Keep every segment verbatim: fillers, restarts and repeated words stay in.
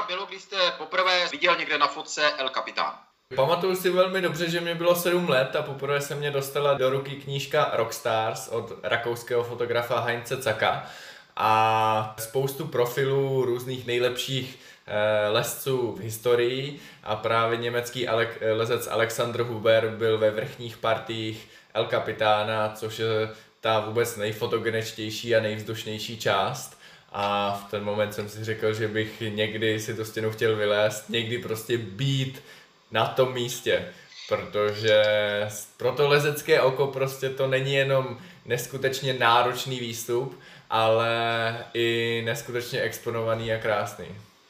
vám bylo, když jste poprvé viděl někde na fotce El Capitán? Pamatuju si velmi dobře, že mi bylo sedm let a poprvé se mě dostala do ruky knížka Rockstars od rakouského fotografa Heinze Zacka a spoustu profilů různých nejlepších eh, lezců v historii a právě německý Alek, lezec Alexander Huber byl ve vrchních partiích El Capitána, což je ta vůbec nejfotogeničtější a nejvzdušnější část. A v ten moment jsem si řekl, že bych někdy si tu stěnu chtěl vylézt, někdy prostě být na tom místě, protože pro to lezecké oko prostě to není jenom neskutečně náročný výstup, ale i neskutečně exponovaný a krásný.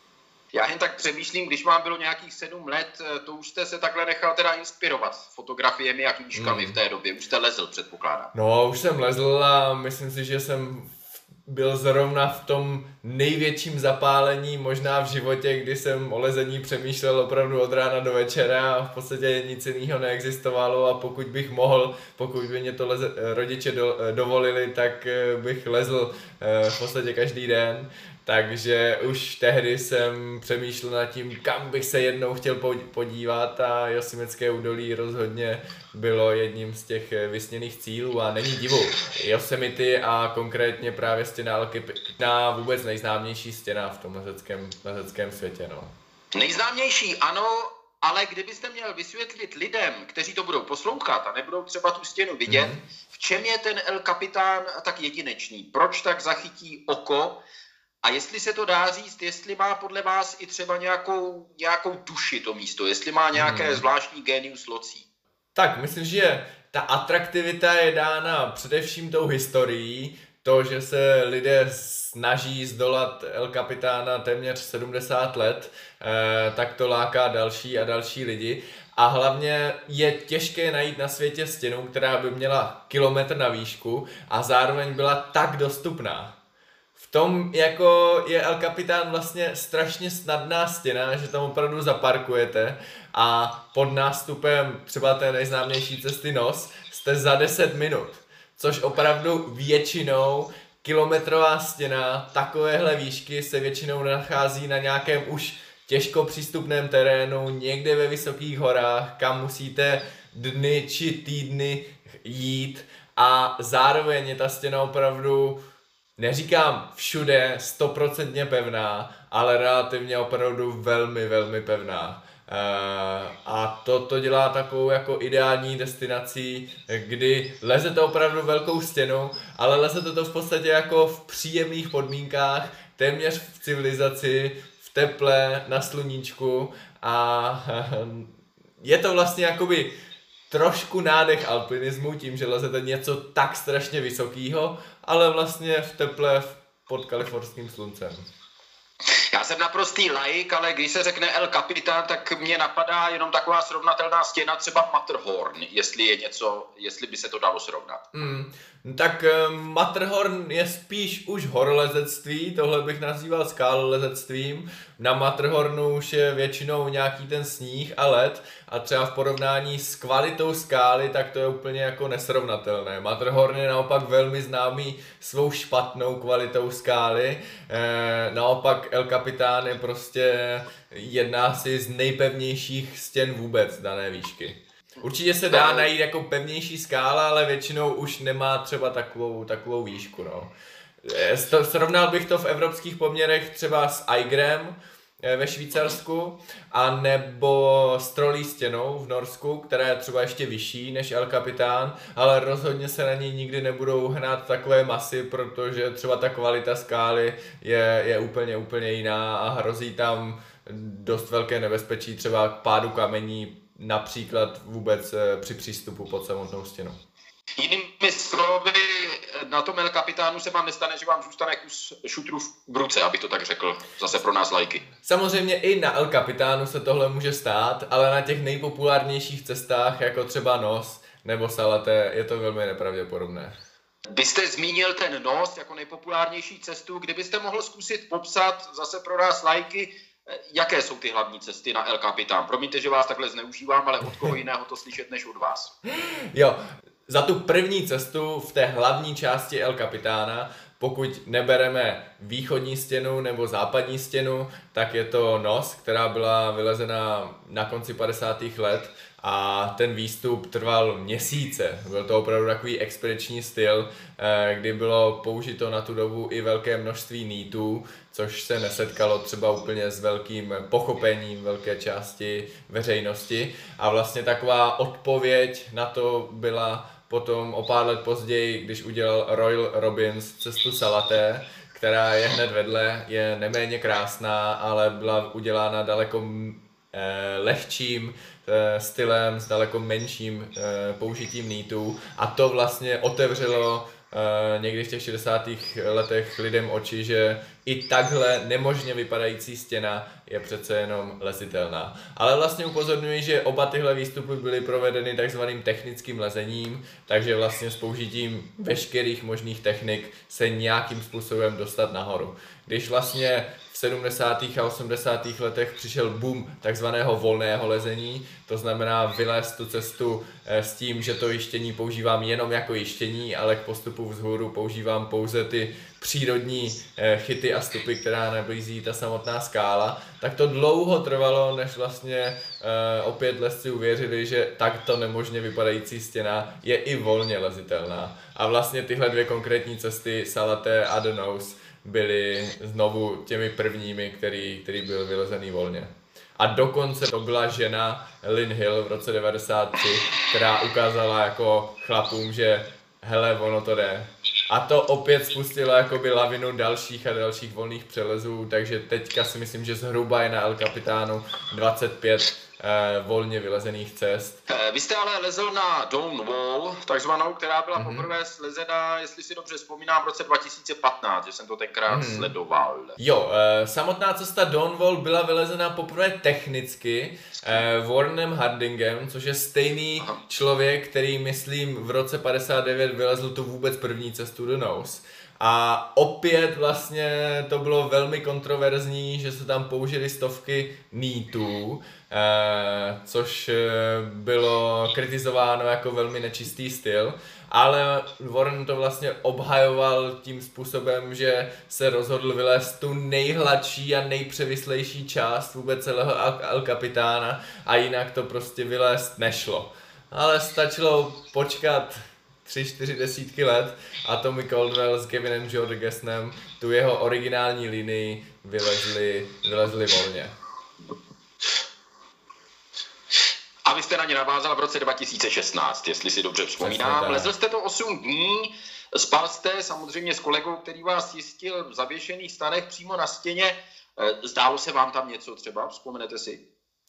Já jen tak přemýšlím, když vám bylo nějakých sedm let, to už jste se takhle nechal teda inspirovat fotografiemi a knížkami hmm. v té době, už jste lezl, předpokládám. No, už jsem lezl a myslím si, že jsem byl zrovna v tom největším zapálení možná v životě, kdy jsem o lezení přemýšlel opravdu od rána do večera a v podstatě nic jiného neexistovalo a pokud bych mohl, pokud by mě to leze, rodiče do, dovolili, tak bych lezl v podstatě každý den. Takže už tehdy jsem přemýšlel nad tím, kam bych se jednou chtěl podívat a Josimecké údolí rozhodně bylo jedním z těch vysněných cílů a není divu. Yosemite a konkrétně právě stěna El Capitan, vůbec nejznámější stěna v tom lezeckém, lezeckém světě. No. Nejznámější ano, ale kdybyste měl vysvětlit lidem, kteří to budou poslouchat a nebudou třeba tu stěnu vidět, mm. v čem je ten El Capitan tak jedinečný? Proč tak zachytí oko? A jestli se to dá říct, jestli má podle vás i třeba nějakou, nějakou duši to místo, jestli má nějaké hmm. zvláštní génius loci? Tak, myslím, že ta atraktivita je dána především tou historií, to, že se lidé snaží zdolat El Capitána téměř sedmdesát let, eh, tak to láká další a další lidi. A hlavně je těžké najít na světě stěnu, která by měla kilometr na výšku a zároveň byla tak dostupná. V tom jako je El Capitan vlastně strašně snadná stěna, že tam opravdu zaparkujete a pod nástupem třeba té nejznámější cesty Nos jste za deset minut, což opravdu většinou kilometrová stěna takovéhle výšky se většinou nachází na nějakém už těžko přístupném terénu, někde ve vysokých horách, kam musíte dny či týdny jít a zároveň je ta stěna opravdu, neříkám všude stoprocentně pevná, ale relativně opravdu velmi, velmi pevná. Uh, a to, to dělá takovou jako ideální destinací, kdy lezete opravdu velkou stěnu, ale lezete to v podstatě jako v příjemných podmínkách, téměř v civilizaci, v teple, na sluníčku a uh, je to vlastně jakoby trošku nádech alpinismu tím, že lezete něco tak strašně vysokého, ale vlastně v teple pod kalifornským sluncem. Já jsem naprostý laik, ale když se řekne El Capitan, tak mě napadá jenom taková srovnatelná stěna, třeba Matterhorn, jestli je něco, jestli by se to dalo srovnat. Mm, tak um, Matterhorn je spíš už horolezectví, tohle bych nazýval skálolezectvím. Na Matterhornu už je většinou nějaký ten sníh a led a třeba v porovnání s kvalitou skály, tak to je úplně jako nesrovnatelné. Matterhorn je naopak velmi známý svou špatnou kvalitou skály, e, naopak El Capitan je prostě jedna asi z nejpevnějších stěn vůbec dané výšky. Určitě se dá najít jako pevnější skála, ale většinou už nemá třeba takovou, takovou výšku. No. Srovnal bych to v evropských poměrech třeba s Eigrem ve Švýcarsku a nebo s Trolí stěnou v Norsku, která je třeba ještě vyšší než El Capitan, ale rozhodně se na ní nikdy nebudou hnát takové masy, protože třeba ta kvalita skály je, je úplně, úplně jiná a hrozí tam dost velké nebezpečí třeba k pádu kamení, například vůbec při přístupu pod samotnou stěnu. Jinými slovy, na tom El Capitánu se vám nestane, že vám zůstane kus šutru v ruce, abych to tak řekl, zase pro nás lajky. Samozřejmě i na El Capitánu se tohle může stát, ale na těch nejpopulárnějších cestách, jako třeba Nos nebo Salaté, je to velmi nepravděpodobné. Byste zmínil ten Nos jako nejpopulárnější cestu, kdybyste mohl zkusit popsat zase pro nás lajky, jaké jsou ty hlavní cesty na El Capitan? Promiňte, že vás takhle zneužívám, ale od koho jiného to slyšet než od vás. Jo, za tu první cestu v té hlavní části El Capitána Pokud nebereme východní stěnu nebo západní stěnu, tak je to Nos, která byla vylezena na konci padesátých let a ten výstup trval měsíce. Byl to opravdu takový expediční styl, kdy bylo použito na tu dobu i velké množství nítů, což se nesetkalo třeba úplně s velkým pochopením velké části veřejnosti. A vlastně taková odpověď na to byla potom o pár let později, když udělal Royal Robbins cestu Salaté, která je hned vedle, je neméně krásná, ale byla udělána daleko eh, lehčím eh, stylem, s daleko menším eh, použitím nítů a to vlastně otevřelo Uh, někdy v těch šedesátých letech lidem oči, že i takhle nemožně vypadající stěna je přece jenom lezitelná. Ale vlastně upozorňuji, že oba tyhle výstupy byly provedeny takzvaným technickým lezením, takže vlastně s použitím veškerých možných technik se nějakým způsobem dostat nahoru. Když vlastně v sedmdesátých a osmdesátých letech přišel boom takzvaného volného lezení, to znamená vylézt tu cestu s tím, že to jištění používám jenom jako jištění, ale k postupu vzhůru používám pouze ty přírodní chyty a stupy, která nabízí ta samotná skála, tak to dlouho trvalo, než vlastně opět lezci uvěřili, že takto nemožně vypadající stěna je i volně lezitelná. A vlastně tyhle dvě konkrétní cesty, Salaté a The Nose, byly znovu těmi prvními, který, který byl vylezený volně. A dokonce to byla žena Lynn Hill v roce devadesát tři, která ukázala jako chlapům, že hele, ono to jde. A to opět spustilo jakoby lavinu dalších a dalších volných přelezů, takže teďka si myslím, že zhruba je na El Capitánu dvacet pět eh, volně vylezených cest. Vy jste ale lezl na Dawn Wall, takzvanou, která byla mm-hmm. poprvé slezena, jestli si dobře vzpomínám, v roce dva tisíce patnáct, že jsem to tenkrát mm. sledoval. Jo, eh, samotná cesta Dawn Wall byla vylezena poprvé technicky eh, Warrenem Hardingem, což je stejný Aha. člověk, který, myslím, v roce padesát devět vylezl tu vůbec první cestu The Nose. A opět vlastně to bylo velmi kontroverzní, že se tam použili stovky nítů, eh, což bylo kritizováno jako velmi nečistý styl, ale Warren to vlastně obhajoval tím způsobem, že se rozhodl vylézt tu nejhladší a nejpřevislejší část vůbec celého El Capitána a jinak to prostě vylézt nešlo. Ale stačilo počkat tři, čtyři desítky let a Tommy Caldwell s Kevinem Jorgensenem tu jeho originální linii vylezli, vylezli volně. A vy jste na ně navázal v roce dva tisíce šestnáct, jestli si dobře vzpomínám. Lezl jste to osm dní, spal jste samozřejmě s kolegou, který vás jistil v zavěšených stanech přímo na stěně. Zdálo se vám tam něco třeba? Vzpomenete si?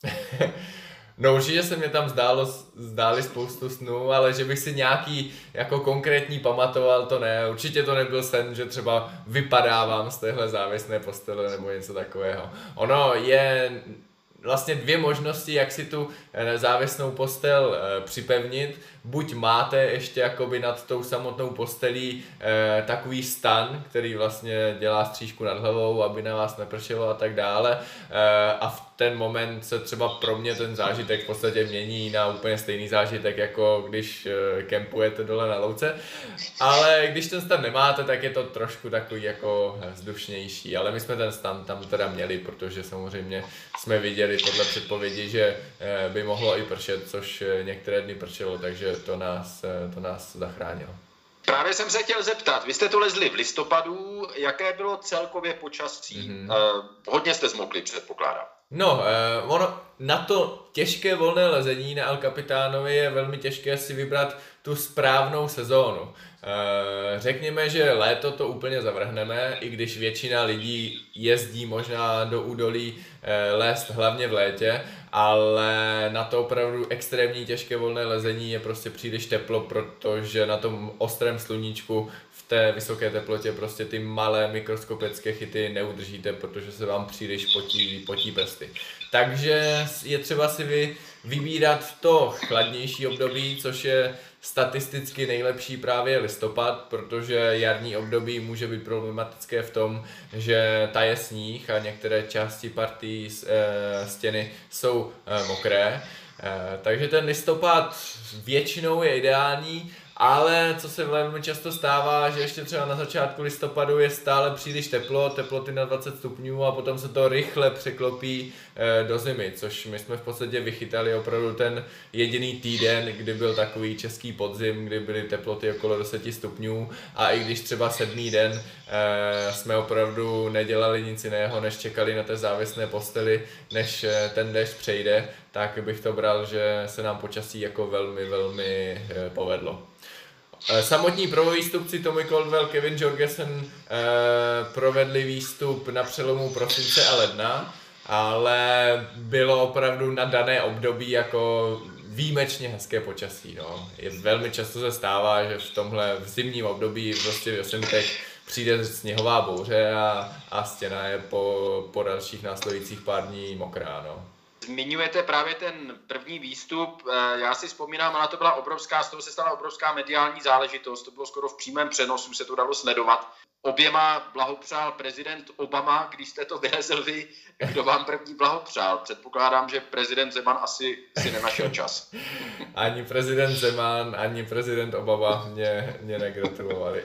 No určitě se mě tam zdálo, zdály spoustu snů, ale že bych si nějaký jako konkrétní pamatoval, to ne. Určitě to nebyl sen, že třeba vypadávám z téhle závěsné postele nebo něco takového. Ono je vlastně dvě možnosti, jak si tu závěsnou postel e, připevnit. Buď máte ještě jakoby nad tou samotnou postelí e, takový stan, který vlastně dělá střížku nad hlavou, aby na vás nepršelo a tak dále. E, a v ten moment se třeba pro mě ten zážitek v podstatě mění na úplně stejný zážitek, jako když e, kempujete dole na louce. Ale když ten stan nemáte, tak je to trošku takový jako vzdušnější. Ale my jsme ten stan tam teda měli, protože samozřejmě jsme viděli podle předpovědi, že by mohlo i pršet, což některé dny pršelo, takže to nás, to nás zachránilo. Právě jsem se chtěl zeptat, vy jste to lezli v listopadu, jaké bylo celkově počasí? Mm-hmm. Eh, hodně jste zmokli, předpokládám. No, eh, ono, na to těžké volné lezení na El Capitánovi je velmi těžké si vybrat tu správnou sezónu. Eh, řekněme, že léto to úplně zavrhneme, i když většina lidí jezdí možná do údolí eh, lézt hlavně v létě, ale na to opravdu extrémně těžké volné lezení je prostě příliš teplo, protože na tom ostrém sluníčku v té vysoké teplotě prostě ty malé mikroskopické chyty neudržíte, protože se vám příliš potí, potí prsty. Takže je třeba si vy, vybírat to chladnější období, což je statisticky nejlepší právě listopad, protože jarní období může být problematické v tom, že taje sníh a některé části partí e, stěny jsou e, mokré. E, takže ten listopad většinou je ideální, ale co se velmi často stává, že ještě třeba na začátku listopadu je stále příliš teplo, teploty na dvacet stupňů a potom se to rychle překlopí e, do zimy, což my jsme v podstatě vychytali opravdu ten jediný týden, kdy byl takový český podzim, kdy byly teploty okolo deset stupňů a i když třeba sedmý den e, jsme opravdu nedělali nic jiného, než čekali na té závěsné posteli, než e, ten déšť přejde, tak bych to bral, že se nám počasí jako velmi, velmi e, povedlo. Samotní prvovýstupci Tommy Caldwell, Kevin Jorgensen eh, provedli výstup na přelomu prosince a ledna, ale bylo opravdu na dané období jako výjimečně hezké počasí. No. Je velmi často se stává, že v tomhle v zimním období prostě v Yosemitech přijde sněhová bouře a, a stěna je po, po dalších následujících pár dní mokrá. No. Zmiňujete právě ten první výstup, já si vzpomínám, ona to byla obrovská, z toho se stala obrovská mediální záležitost, to bylo skoro v přímém přenosu, se to dalo sledovat. Oběma blahopřál prezident Obama, když jste to vylezl vy, kdo vám první blahopřál? Předpokládám, že prezident Zeman asi si nenašel čas. Ani prezident Zeman, ani prezident Obama mě, mě negratulovali.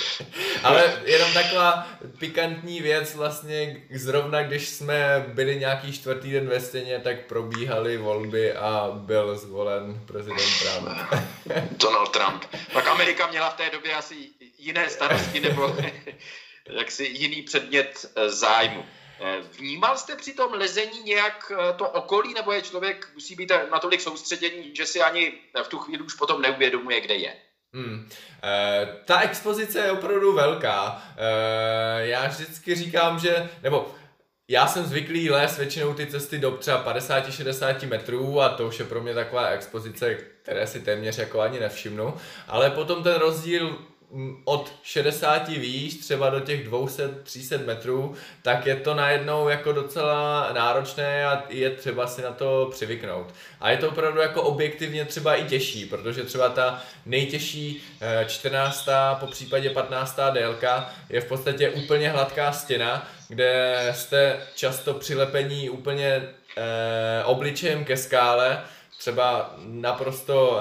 Ale jenom taková pikantní věc, vlastně zrovna když jsme byli nějaký čtvrtý den ve stěně, tak probíhaly volby a byl zvolen prezident Trump. Donald Trump. Pak Amerika měla v té době asi jiné starosti nebo jaksi jiný předmět zájmu. Vnímal jste při tom lezení nějak to okolí, nebo je člověk musí být natolik soustředěný, že si ani v tu chvíli už potom neuvědomuje, kde je? Hmm. E, ta expozice je opravdu velká. E, já vždycky říkám, že, nebo já jsem zvyklý lézt většinou ty cesty do třeba padesát až šedesát metrů a to už je pro mě taková expozice, které si téměř jako ani nevšimnu, ale potom ten rozdíl od šedesáti výš třeba do těch dvě stě až tři sta metrů, tak je to najednou jako docela náročné a je třeba si na to přivyknout. A je to opravdu jako objektivně třeba i těžší, protože třeba ta nejtěžší čtrnáctá po případě patnáctá délka je v podstatě úplně hladká stěna, kde jste často přilepení úplně eh, obličejem ke skále, třeba naprosto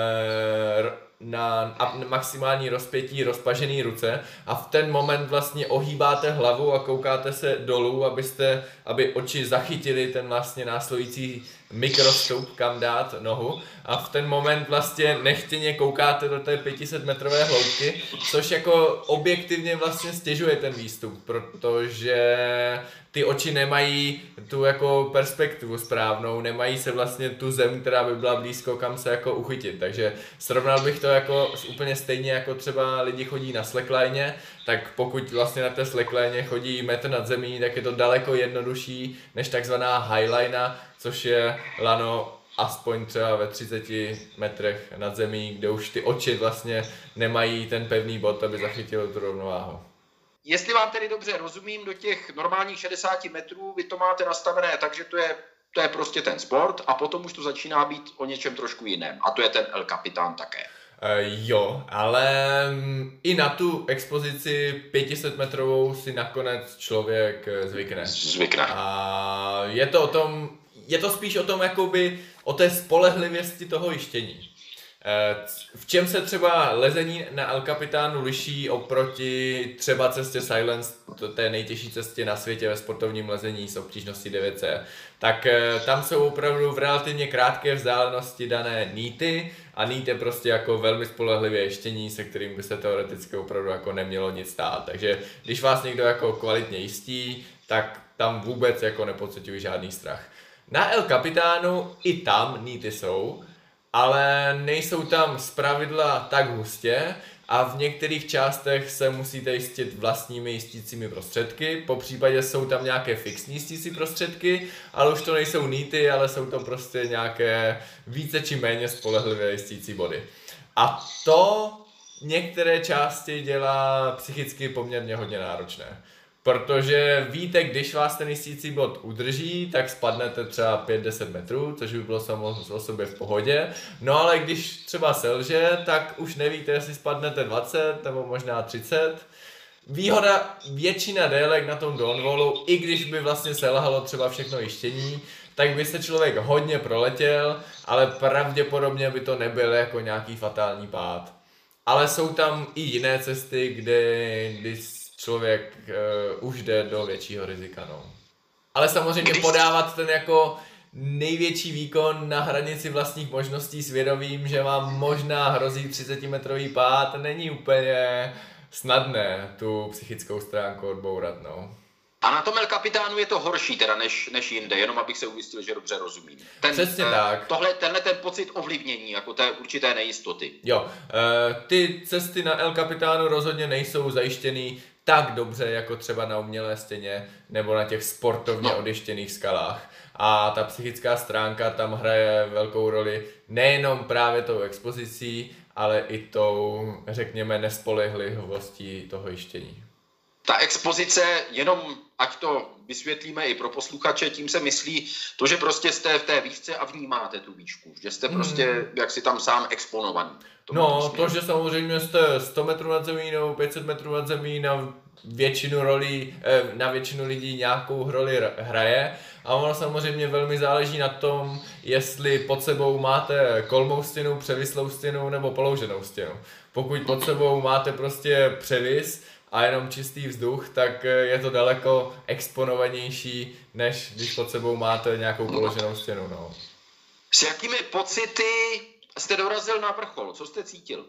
eh, na maximální rozpětí rozpažený ruce a v ten moment vlastně ohýbáte hlavu a koukáte se dolů, abyste, aby oči zachytili ten vlastně následující mikrostup, kam dát nohu a v ten moment vlastně nechtěně koukáte do té pět set metrové hloubky, což jako objektivně vlastně stěžuje ten výstup, protože ty oči nemají tu jako perspektivu správnou, nemají se vlastně tu zem, která by byla blízko, kam se jako uchytit, takže srovnal bych to jako úplně stejně jako třeba lidi chodí na slackline, tak pokud vlastně na té slackline chodí metr nad zemí, tak je to daleko jednodušší než takzvaná highline, což je lano aspoň třeba ve třiceti metrech nad zemí, kde už ty oči vlastně nemají ten pevný bod, aby zachytili tu rovnováhu. Jestli vám tedy dobře rozumím, do těch normálních šedesáti metrů vy to máte nastavené, takže to je, to je prostě ten sport a potom už to začíná být o něčem trošku jiném a to je ten El Capitan také. Uh, jo, ale i na tu expozici pět set metrovou si nakonec člověk zvykne. Zvykne. A je to o tom, je to spíš o tom jakoby, o té spolehlivosti toho jištění. V čem se třeba lezení na El Capitánu liší oproti třeba cestě Silence, té nejtěžší cestě na světě ve sportovním lezení s obtížností devět C, tak tam jsou opravdu v relativně krátké vzdálenosti dané nýty a nýt je prostě jako velmi spolehlivé ještění, se kterým by se teoreticky opravdu jako nemělo nic stát. Takže když vás někdo jako kvalitně jistí, tak tam vůbec jako nepociťuji žádný strach. Na El Capitánu i tam nýty jsou, ale nejsou tam zpravidla tak hustě a v některých částech se musíte jistit vlastními jistícími prostředky, po případě jsou tam nějaké fixní jistící prostředky, ale už to nejsou nýty, ale jsou to prostě nějaké více či méně spolehlivé jistící body. A to některé části dělá psychicky poměrně hodně náročné. Protože víte, když vás ten jistící bod udrží, tak spadnete třeba pět až deset metrů, což by bylo samo o sobě v pohodě. No ale když třeba selže, tak už nevíte, jestli spadnete dvacet nebo možná třicet. Výhoda, většina délek na tom downwallu, i když by vlastně selhalo třeba všechno jištění, tak by se člověk hodně proletěl, ale pravděpodobně by to nebyl jako nějaký fatální pád. ale jsou tam i jiné cesty, kde, kdy člověk uh, už jde do většího rizika, no. Ale samozřejmě Když... podávat ten jako největší výkon na hranici vlastních možností s vědomím, že vám možná hrozí třicetimetrový pád, není úplně snadné tu psychickou stránku odbourat, no. A na tom El Capitánu je to horší teda než, než jinde, jenom abych se ujistil, že dobře rozumím. Ten, Přesně eh, tak. Tohle, tenhle ten pocit ovlivnění, jako té určité nejistoty. Jo, eh, ty cesty na El Capitánu rozhodně nejsou zajištěný tak dobře, jako třeba na umělé stěně nebo na těch sportovně no. odještěných skalách. A ta psychická stránka tam hraje velkou roli nejenom právě tou expozicí, ale i tou, řekněme, nespolehlivostí toho jištění. Ta expozice, jenom ať to vysvětlíme i pro posluchače, tím se myslí to, že prostě jste v té výšce a vnímáte tu výšku, že jste prostě, hmm. jak si tam sám exponovaný. No, to, že samozřejmě jste sto metrů nad zemí nebo pět set metrů nad zemí na většinu rolí, na většinu lidí nějakou roli hraje a ono samozřejmě velmi záleží na tom, jestli pod sebou máte kolmou stěnu, převislou stěnu nebo polouženou stěnu. Pokud pod sebou máte prostě převis a jenom čistý vzduch, tak je to daleko exponovanější, než když pod sebou máte nějakou položenou stěnu. No. S jakými pocity jste dorazil na vrchol? Co jste cítil?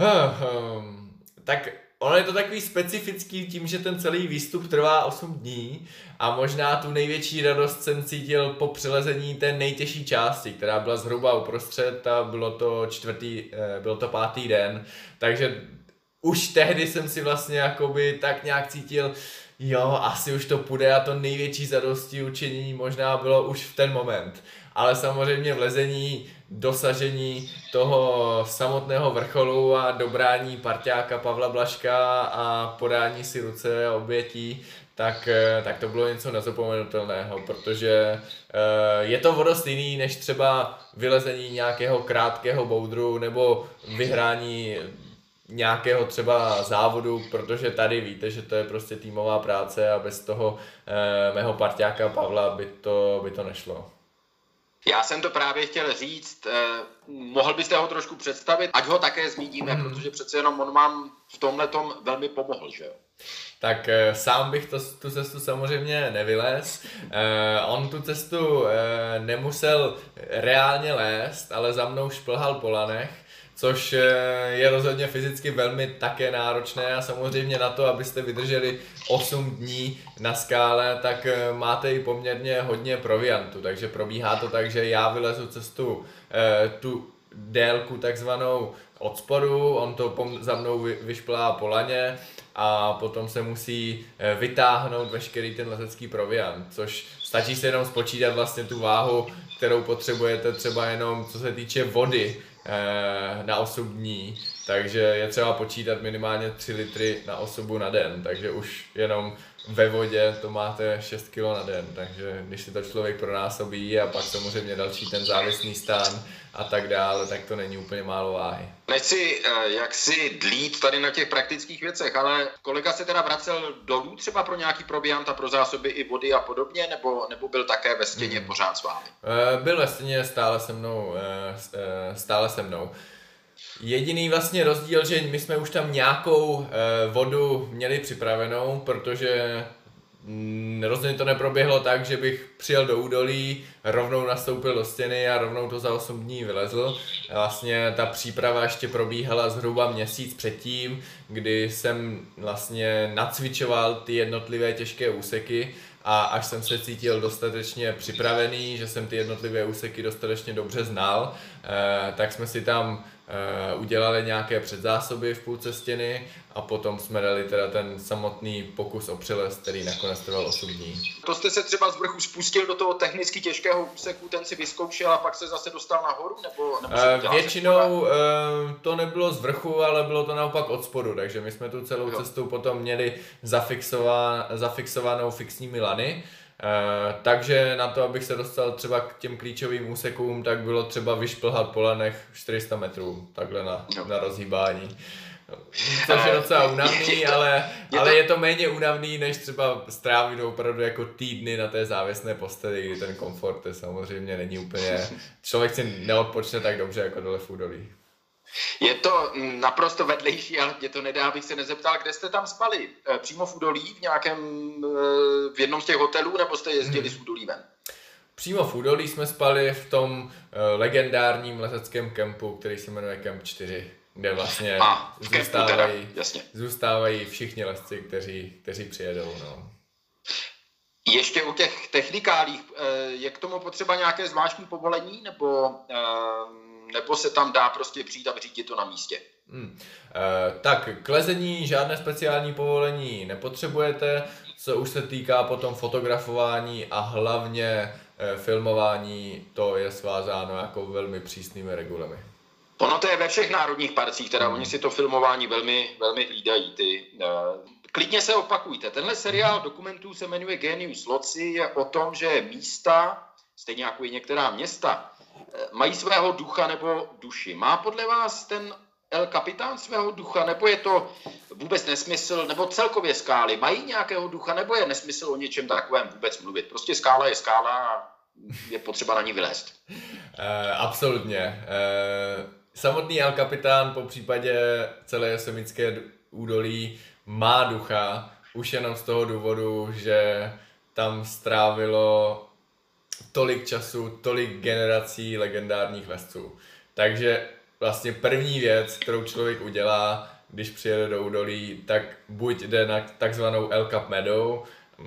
Hmm, tak ono je to takový specifický tím, že ten celý výstup trvá osm dní a možná tu největší radost jsem cítil po přelezení té nejtěžší části, která byla zhruba uprostřed a bylo to čtvrtý, bylo to pátý den, takže už tehdy jsem si vlastně jakoby tak nějak cítil, jo, asi už to půjde a to největší zadosti učinění možná bylo už v ten moment. Ale samozřejmě vlezení, dosažení toho samotného vrcholu a dobrání parťáka Pavla Blažka a podání si ruce a obětí, tak, tak to bylo něco nezapomenutelného, protože je to o dost jiný než třeba vylezení nějakého krátkého boudru nebo vyhrání nějakého třeba závodu, protože tady víte, že to je prostě týmová práce a bez toho eh, mého parťáka Pavla by to, by to nešlo. Já jsem to právě chtěl říct, eh, mohl byste ho trošku představit, ať ho také zmíníme, mm. protože přece jenom on vám v tomhletom velmi pomohl, že jo? Tak eh, sám bych to, tu cestu samozřejmě nevylez. Eh, on tu cestu eh, nemusel reálně lézt, ale za mnou šplhal po lanech, což je rozhodně fyzicky velmi také náročné a samozřejmě na to, abyste vydrželi osm dní na skále, tak máte i poměrně hodně proviantu, takže probíhá to tak, že já vylezu cestu tu délku takzvanou od spodu, on to za mnou vyšplhá po laně a potom se musí vytáhnout veškerý ten letecký proviant, což stačí se jenom spočítat vlastně tu váhu, kterou potřebujete třeba jenom co se týče vody na osm dní, takže je třeba počítat minimálně tři litry na osobu na den, takže už jenom ve vodě to máte šest kilo na den, takže když si to člověk pronásobí a pak samozřejmě další ten závislý stán a tak dále, tak to není úplně málo váhy. Nechci jak si dlít tady na těch praktických věcech, ale kolega se teda vracel dolů třeba pro nějaký proviant a pro zásoby i vody a podobně, nebo, nebo byl také ve stěně hmm. pořád s vámi? Byl ve stěně stále se mnou, stále se mnou. Jediný vlastně rozdíl, že my jsme už tam nějakou e, vodu měli připravenou, protože mm, rozhodně to neproběhlo tak, že bych přijel do údolí, rovnou nastoupil do stěny a rovnou to za osm dní vylezl. Vlastně ta příprava ještě probíhala zhruba měsíc předtím, kdy jsem vlastně nacvičoval ty jednotlivé těžké úseky a až jsem se cítil dostatečně připravený, že jsem ty jednotlivé úseky dostatečně dobře znal, e, tak jsme si tam Uh, udělali nějaké předzásoby v půlce stěny a potom jsme dali teda ten samotný pokus o přelez, který nakonec trval osm dní. To jste se třeba z vrchu spustil do toho technicky těžkého úseku, ten si vyzkoušel a pak se zase dostal nahoru? Nebo, nebo uh, většinou uh, to nebylo z vrchu, ale bylo to naopak od spodu, takže my jsme tu celou jo. cestu potom měli zafixova- zafixovanou fixními lany. Uh, takže na to, abych se dostal třeba k těm klíčovým úsekům, tak bylo třeba vyšplhat po lanech čtyři sta metrů, takhle na, no. na rozhýbání. Což je docela únavný, ale, ale je to méně únavný, než třeba strávit opravdu jako týdny na té závěsné posteli, kdy ten komfort je samozřejmě není úplně, člověk si neodpočne tak dobře jako dole v údolí. Je to naprosto vedlejší, ale mě to nedá, abych se nezeptal, kde jste tam spali? Přímo v údolí, v nějakém, v jednom z těch hotelů, nebo jste jezdili hmm. z údolí ven? Přímo v údolí jsme spali v tom uh, legendárním lezeckém kempu, který se jmenuje Kemp čtyři, kde vlastně A, zůstávají, teda, zůstávají všichni lezci, kteří, kteří přijedou. No. Ještě u těch technikálích, je k tomu potřeba nějaké zvláštní povolení, nebo, nebo se tam dá prostě přijít a vyřídit to na místě? Hmm. E, tak k lezení žádné speciální povolení nepotřebujete, co už se týká potom fotografování a hlavně e, filmování, to je svázáno jako velmi přísnými regulemi. Ono to je ve všech národních parcích, teda hmm. oni si to filmování velmi, velmi hlídají. Ty, uh, klidně se opakujte. Tenhle seriál dokumentů se jmenuje Genius Loci, je o tom, že místa, stejně jako i některá města, mají svého ducha nebo duši. Má podle vás ten El Capitán svého ducha, nebo je to vůbec nesmysl, nebo celkově skály mají nějakého ducha, nebo je nesmysl o něčem takovém vůbec mluvit? Prostě skála je skála a je potřeba na ní vylézt. Uh, absolutně. Uh... Samotný El Capitán, po případě celé Josemické údolí, má ducha, už jenom z toho důvodu, že tam strávilo tolik času, tolik generací legendárních lezců. Takže vlastně první věc, kterou člověk udělá, když přijede do údolí, tak buď jde na takzvanou El Cap Meadow,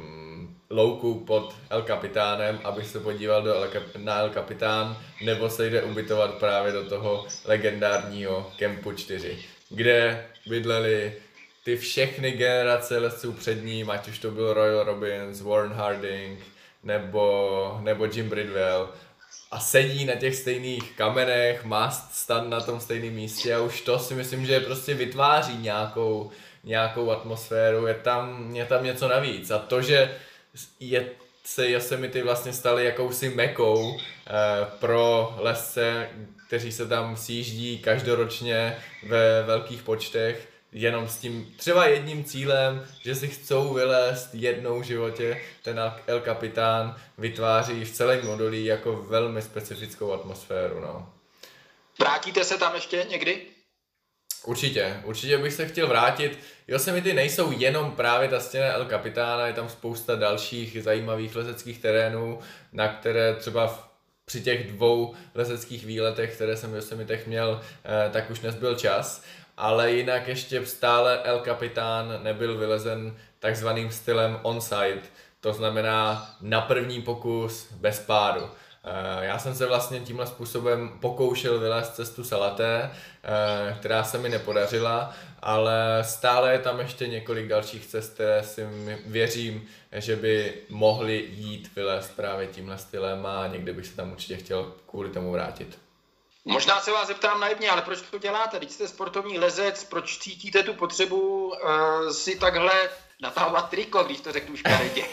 louku pod El Capitánem, aby se podíval do El Cap- na El Capitán, nebo se jde ubytovat právě do toho legendárního Kempu čtyři, kde bydleli ty všechny generace lezců před ním, ať už to byl Royal Robbins, Warren Harding, nebo, nebo Jim Bridwell, a sedí na těch stejných kamenech, má stan na tom stejném místě a už to si myslím, že prostě vytváří nějakou, nějakou atmosféru, je tam, je tam něco navíc. A to, že je, se Yosemite vlastně staly jakousi mekou eh, pro lezce, kteří se tam sjíždí každoročně ve velkých počtech, jenom s tím třeba jedním cílem, že si chcou vylézt jednou v životě, ten El Capitán vytváří v celém údolí jako velmi specifickou atmosféru. No. Vrátíte se tam ještě někdy? Určitě, určitě bych se chtěl vrátit. Yosemite nejsou jenom právě ta stěna El Capitána, je tam spousta dalších zajímavých lezeckých terénů, na které třeba v, při těch dvou lezeckých výletech, které jsem v Yosemitech měl, eh, tak už nezbyl čas. Ale jinak ještě stále El Capitán nebyl vylezen takzvaným stylem on-site, to znamená na první pokus bez pádu. Já jsem se vlastně tímhle způsobem pokoušel vylézt cestu Salaté, která se mi nepodařila, ale stále je tam ještě několik dalších cest, které si věřím, že by mohly jít vylézt právě tímhle stylem a někdy bych se tam určitě chtěl kvůli tomu vrátit. Možná se vás zeptám naivně, ale proč to děláte? Když jste sportovní lezec, proč cítíte tu potřebu uh, si takhle natahovat triko, když to řeknu škaredě?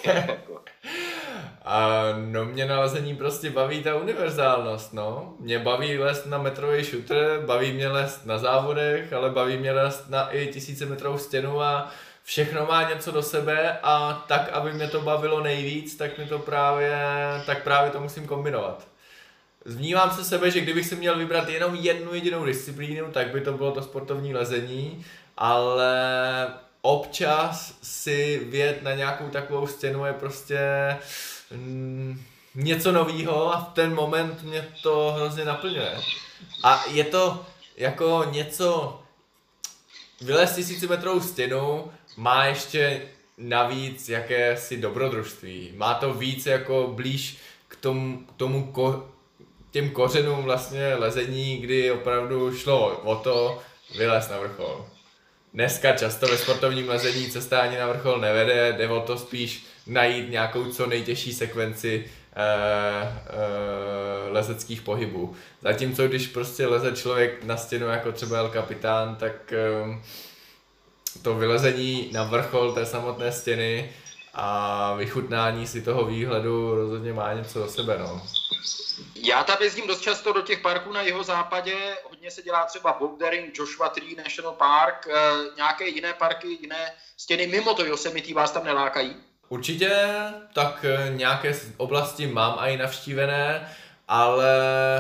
A no mě na lezení prostě baví ta univerzálnost, no. Mě baví lézt na metrový šutr, baví mě lézt na závodech, ale baví mě lézt na i tisícimetrovou stěnu a všechno má něco do sebe a tak, aby mě to bavilo nejvíc, tak mi to právě, tak právě to musím kombinovat. Vnímám se sebe, že kdybych si měl vybrat jenom jednu jedinou disciplínu, tak by to bylo to sportovní lezení, ale občas si vjet na nějakou takovou stěnu je prostě mm, něco novýho a v ten moment mě to hrozně naplňuje. A je to jako něco, vylézt tisícimetrovou stěnu má ještě navíc jakési dobrodružství. Má to víc jako blíž k tomu, k tomu ko, těm kořenům vlastně lezení, kdy opravdu šlo o to vylézt na vrchol. Dneska často ve sportovním lezení cesta ani na vrchol nevede, jde o to spíš najít nějakou co nejtěžší sekvenci eh, eh, lezeckých pohybů. Zatímco když prostě leze člověk na stěnu jako třeba El Capitán, tak eh, to vylezení na vrchol té samotné stěny a vychutnání si toho výhledu rozhodně má něco do sebe. No. Já tam jezdím dost často do těch parků na jihozápadě, hodně se dělá třeba bouldering, Joshua Tree National Park, e, nějaké jiné parky, jiné stěny mimo to Yosemite vás tam nelákají? Určitě, tak nějaké oblasti mám i navštívené, ale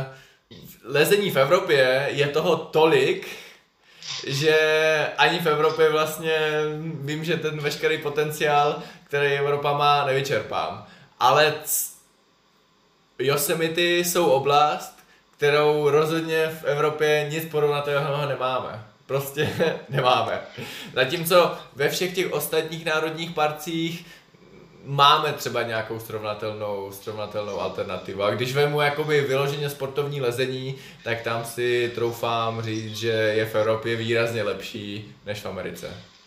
lezení v Evropě je toho tolik, že ani v Evropě vlastně vím, že ten veškerý potenciál, který Evropa má, nevyčerpám. Ale Yosemite jsou oblast, kterou rozhodně v Evropě nic porovnatelného nemáme. Prostě nemáme. Zatímco ve všech těch ostatních národních parcích máme třeba nějakou srovnatelnou, srovnatelnou alternativu. A když vemu jakoby vyloženě sportovní lezení, tak tam si troufám říct, že je v Evropě výrazně lepší než v Americe.